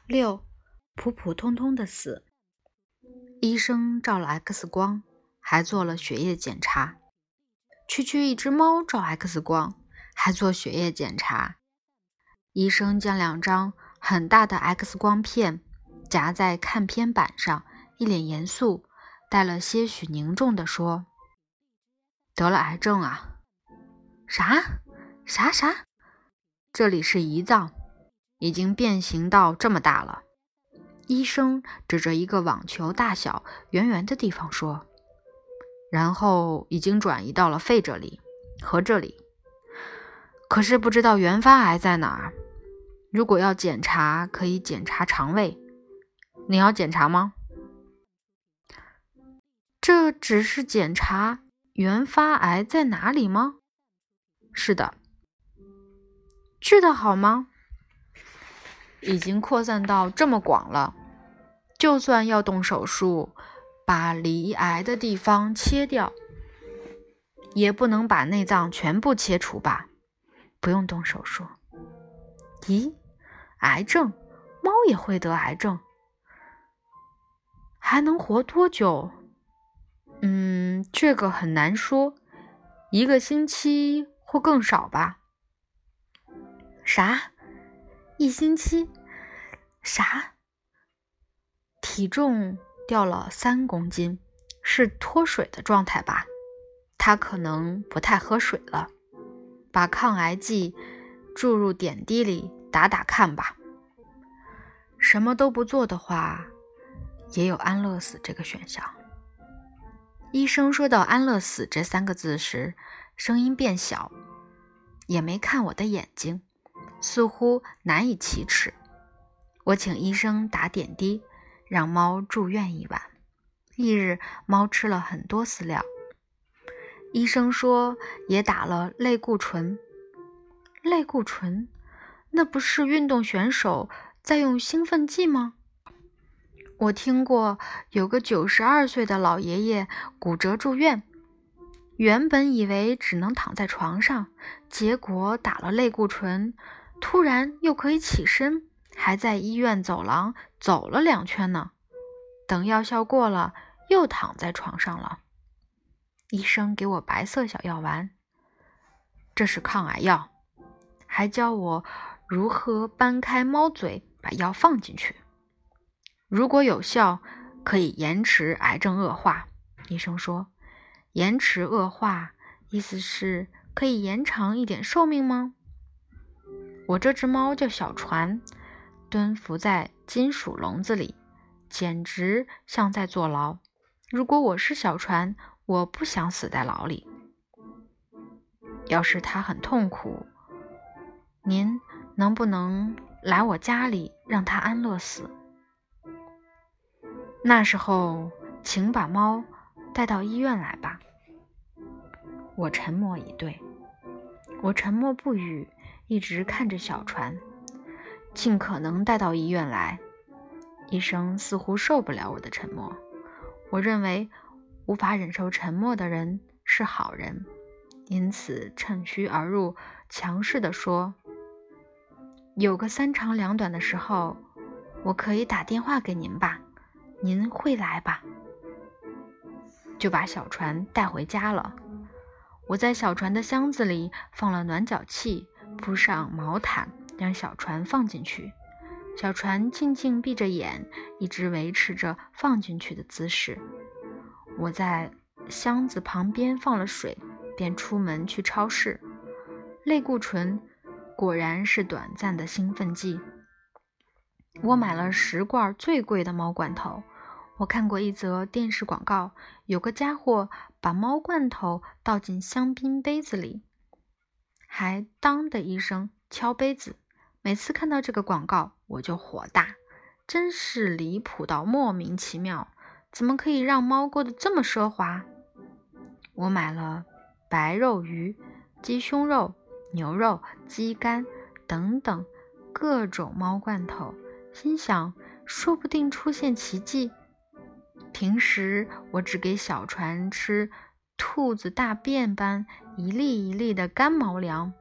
6. 普普通通的死。医生照了 X 光，还做了血液检查。区一只猫照 X 光，还做血液检查。医生将2张很大的 X 光片夹在看片板上，一脸严肃，带了些许凝重地说：“得了癌症啊。”啥？这里是胰脏，已经变形到这么大了。医生指着一个网球大小圆圆的地方说，然后已经转移到了肺这里和这里，可是不知道原发癌在哪儿。如果要检查，可以检查肠胃。你要检查吗？这只是检查原发癌在哪里吗？是的。治得好吗？已经扩散到这么广了，就算要动手术把离癌的地方切掉，也不能把内脏全部切除吧？不用动手术。咦，癌症？猫也会得癌症？还能活多久？这个很难说，1个星期或更少吧。啥？1星期？啥？体重掉了3公斤，是脱水的状态吧？他可能不太喝水了。把抗癌剂注入点滴里打打看吧。什么都不做的话，也有安乐死这个选项。医生说到安乐死这3个字时，声音变小，也没看我的眼睛，似乎难以启齿。我请医生打点滴，让猫住院1晚。翌日，猫吃了很多饲料。医生说也打了类固醇。类固醇？那不是运动选手在用兴奋剂吗？我听过有个92岁的老爷爷骨折住院，原本以为只能躺在床上，结果打了类固醇，突然又可以起身，还在医院走廊走了2圈呢。等药效过了，又躺在床上了。医生给我白色小药丸，这是抗癌药，还教我如何掰开猫嘴把药放进去。如果有效，可以延迟癌症恶化。医生说，延迟恶化意思是可以延长一点寿命吗？我这只猫叫小船，蹲伏在金属笼子里，简直像在坐牢。如果我是小船，我不想死在牢里。要是它很痛苦，您能不能来我家里让它安乐死？那时候，请把猫带到医院来吧。我沉默以对。我沉默不语，一直看着小船，尽可能带到医院来。医生似乎受不了我的沉默。我认为无法忍受沉默的人是好人，因此趁虚而入，强势地说，有个3长2短的时候，我可以打电话给您吧，您会来吧？就把小船带回家了。我在小船的箱子里放了暖脚器，铺上毛毯，让小船放进去。小船静静闭着眼，一直维持着放进去的姿势。我在箱子旁边放了水，便出门去超市。类固醇果然是短暂的兴奋剂。我买了10罐最贵的猫罐头。我看过一则电视广告，有个家伙把猫罐头倒进香槟杯子里，还当的一声敲杯子。每次看到这个广告，我就火大，真是离谱到莫名其妙，怎么可以让猫过得这么奢华？我买了白肉鱼、鸡胸肉、牛肉、鸡肝等等各种猫罐头，心想说不定出现奇迹。平时我只给小船吃兔子大便般一粒一粒的干猫粮，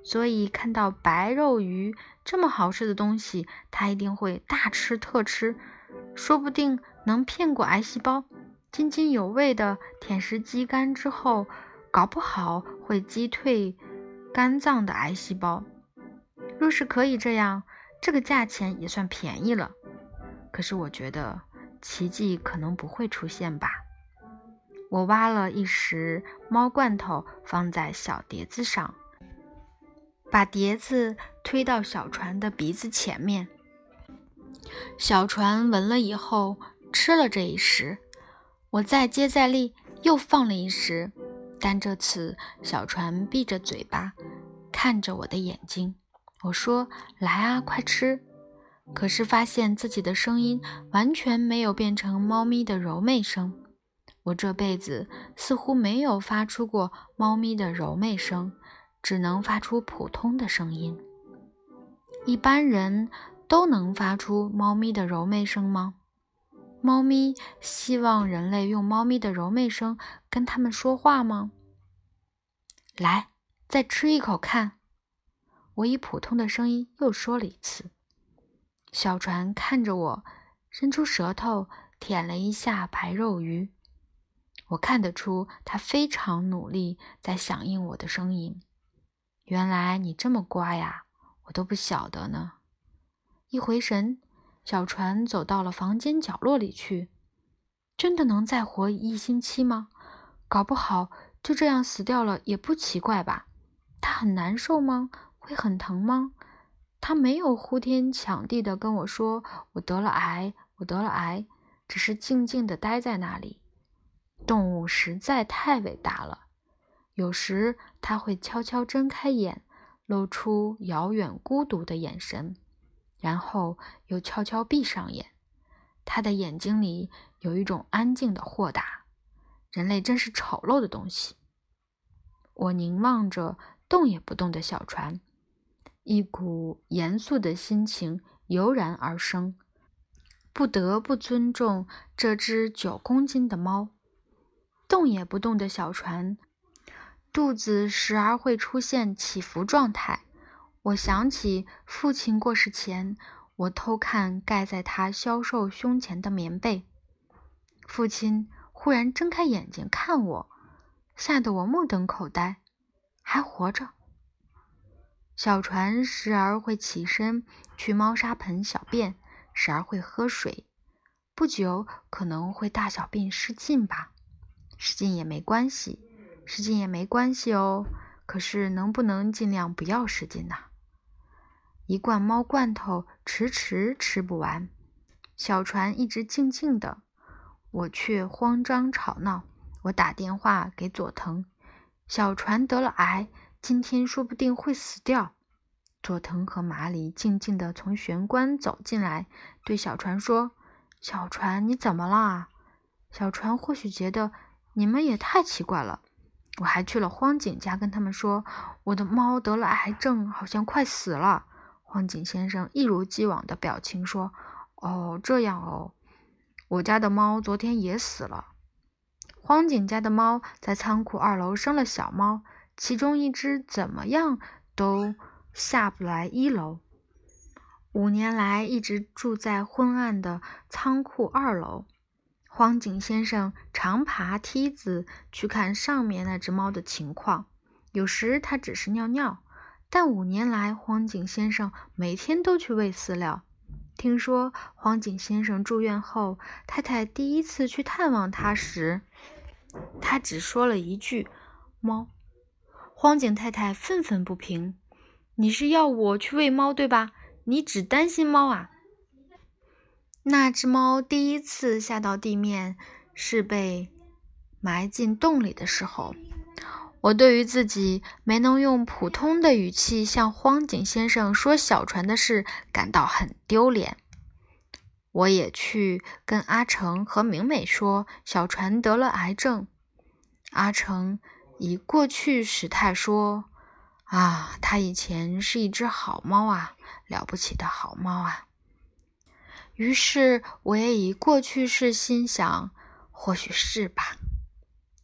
所以看到白肉鱼这么好吃的东西，它一定会大吃特吃，说不定能骗过癌细胞，津津有味地舔食鸡肝之后，搞不好会击退肝脏的癌细胞。若是可以这样，这个价钱也算便宜了。可是我觉得奇迹可能不会出现吧。我挖了一匙猫罐头放在小碟子上，把碟子推到小船的鼻子前面。小船闻了以后吃了这一匙，我再接再厉又放了一匙，但这次小船闭着嘴巴看着我的眼睛。我说，来啊，快吃。可是发现自己的声音完全没有变成猫咪的柔媚声。我这辈子似乎没有发出过猫咪的柔媚声，只能发出普通的声音。一般人都能发出猫咪的柔媚声吗？猫咪希望人类用猫咪的柔媚声跟它们说话吗？来，再吃一口看。我以普通的声音又说了一次。小船看着我，伸出舌头舔了一下白肉鱼。我看得出它非常努力在响应我的声音。原来你这么乖呀，我都不晓得呢。一回神，小船走到了房间角落里去。真的能再活1星期吗？搞不好就这样死掉了也不奇怪吧。它很难受吗？会很疼吗？他没有呼天抢地地跟我说我得了癌，我得了癌，只是静静地待在那里。动物实在太伟大了。有时它会悄悄睁开眼，露出遥远孤独的眼神，然后又悄悄闭上眼。它的眼睛里有一种安静的豁达。人类真是丑陋的东西。我凝望着动也不动的小船，一股严肃的心情油然而生，不得不尊重这只9公斤的猫。动也不动的小船，肚子时而会出现起伏状态。我想起父亲过世前，我偷看盖在他消瘦胸前的棉被。父亲忽然睁开眼睛看我，吓得我目瞪口呆。还活着。小船时而会起身去猫砂盆小便，时而会喝水，不久可能会大小便失禁吧。失禁也没关系，失禁也没关系哦。可是能不能尽量不要失禁呢？一罐猫罐头迟迟吃不完，小船一直静静的，我却慌张吵闹。我打电话给佐藤，小船得了癌，今天说不定会死掉。佐藤和麻里静静地从玄关走进来，对小船说，小船，你怎么了？小船或许觉得你们也太奇怪了。我还去了荒井家，跟他们说我的猫得了癌症，好像快死了。荒井先生一如既往的表情说，哦，这样哦，我家的猫昨天也死了。荒井家的猫在仓库2楼生了小猫，其中一只怎么样都下不来1楼。5年来一直住在昏暗的仓库2楼。荒井先生常爬梯子去看上面那只猫的情况，有时他只是尿尿，但5年来荒井先生每天都去喂饲料。听说荒井先生住院后，太太第一次去探望他时，他只说了一句猫。荒井太太愤愤不平，你是要我去喂猫对吧？你只担心猫啊。那只猫第一次下到地面是被埋进洞里的时候，我对于自己没能用普通的语气向荒井先生说小船的事感到很丢脸。我也去跟阿成和明美说小船得了癌症。阿成以过去时态说，啊，他以前是一只好猫啊，了不起的好猫啊。于是我也以过去式心想，或许是吧。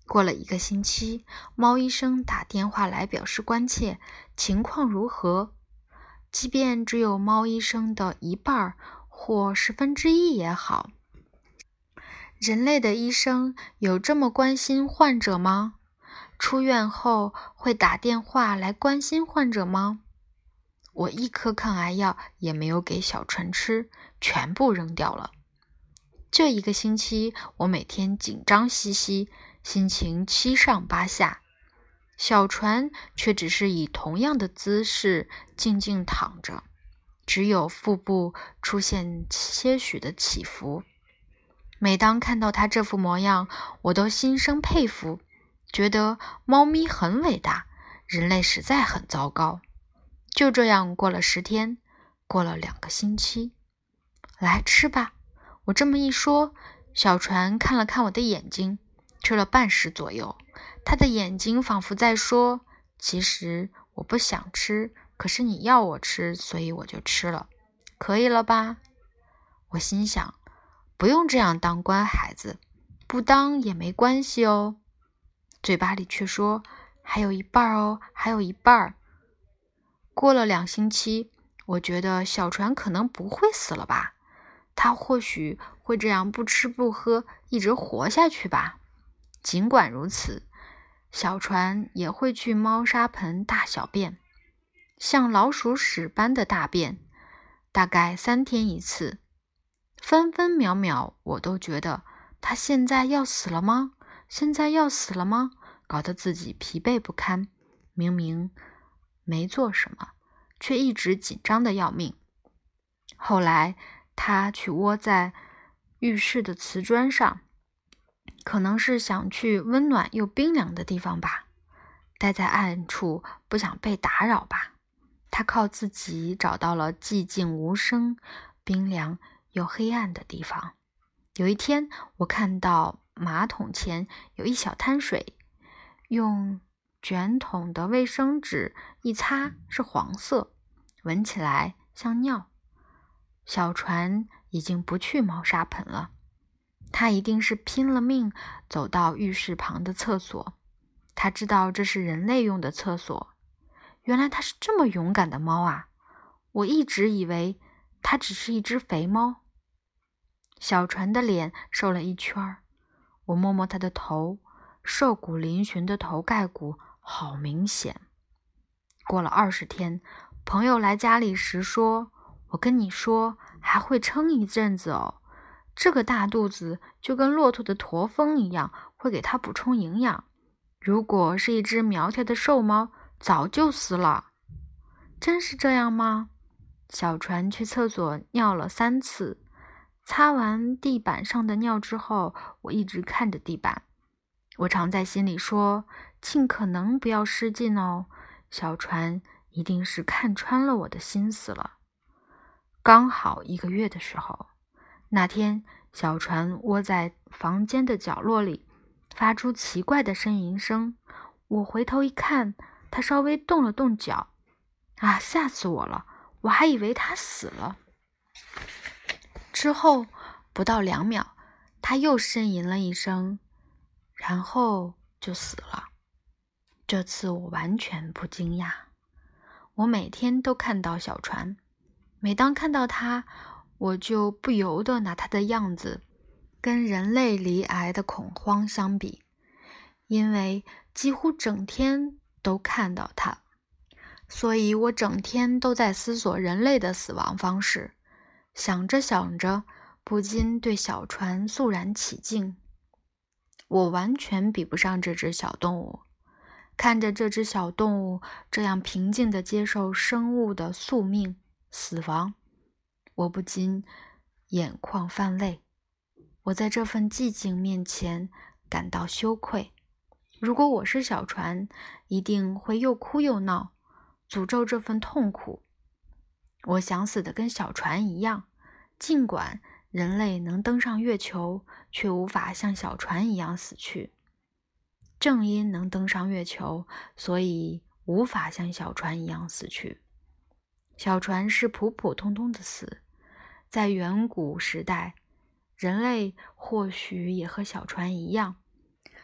过了1个星期，猫医生打电话来表示关切，情况如何？即便只有猫医生的1半或1/10也好。人类的医生有这么关心患者吗？出院后会打电话来关心患者吗？我1颗抗癌药也没有给小船吃，全部扔掉了。这1个星期，我每天紧张兮兮，心情七上八下。小船却只是以同样的姿势静静躺着，只有腹部出现些许的起伏。每当看到它这副模样，我都心生佩服，觉得猫咪很伟大，人类实在很糟糕。就这样过了10天，过了2个星期。来吃吧，我这么一说，小船看了看我的眼睛，吃了半时左右。他的眼睛仿佛在说，其实我不想吃，可是你要我吃，所以我就吃了，可以了吧？我心想，不用这样当乖孩子，不当也没关系哦。嘴巴里却说，还有1半哦，还有1半。过了2星期，我觉得小船可能不会死了吧，它或许会这样不吃不喝，一直活下去吧。尽管如此，小船也会去猫砂盆大小便，像老鼠屎般的大便，大概3天1次。分分秒秒我都觉得它现在要死了吗？现在要死了吗？搞得自己疲惫不堪，明明没做什么，却一直紧张的要命。后来他去窝在浴室的瓷砖上，可能是想去温暖又冰凉的地方吧，待在暗处不想被打扰吧。他靠自己找到了寂静无声、冰凉又黑暗的地方。有一天，我看到马桶前有一小滩水，用卷筒的卫生纸一擦是黄色，闻起来像尿。小船已经不去猫砂盆了，他一定是拼了命走到浴室旁的厕所。他知道这是人类用的厕所。原来它是这么勇敢的猫啊！我一直以为它只是一只肥猫。小船的脸瘦了一圈，我摸摸它的头，瘦骨嶙峋的头盖骨好明显。过了20天，朋友来家里时说，我跟你说还会撑一阵子哦，这个大肚子就跟骆驼的驼峰一样，会给它补充营养。如果是一只苗条的瘦猫，早就死了。真是这样吗？小船去厕所尿了3次，擦完地板上的尿之后，我一直看着地板。我常在心里说，尽可能不要失禁哦，小船一定是看穿了我的心思了。刚好1个月的时候，那天小船窝在房间的角落里，发出奇怪的呻吟声。我回头一看，它稍微动了动脚，啊，吓死我了！我还以为它死了。之后不到2秒，它又呻吟了一声，然后就死了。这次我完全不惊讶。我每天都看到小船，每当看到它，我就不由得拿它的样子跟人类罹癌的恐慌相比，因为几乎整天都看到它，所以我整天都在思索人类的死亡方式。想着想着，不禁对小船肃然起敬。我完全比不上这只小动物。看着这只小动物这样平静地接受生物的宿命、死亡，我不禁眼眶泛泪。我在这份寂静面前感到羞愧。如果我是小船，一定会又哭又闹，诅咒这份痛苦。我想死的跟小船一样，尽管人类能登上月球，却无法像小船一样死去。正因能登上月球，所以无法像小船一样死去。小船是普普通通的死。在远古时代，人类或许也和小船一样，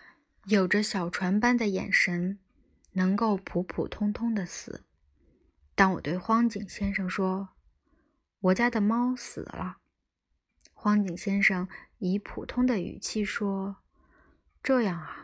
有着小船般的眼神，能够普普通通的死。当我对荒井先生说，我家的猫死了，荒井先生以普通的语气说，这样啊，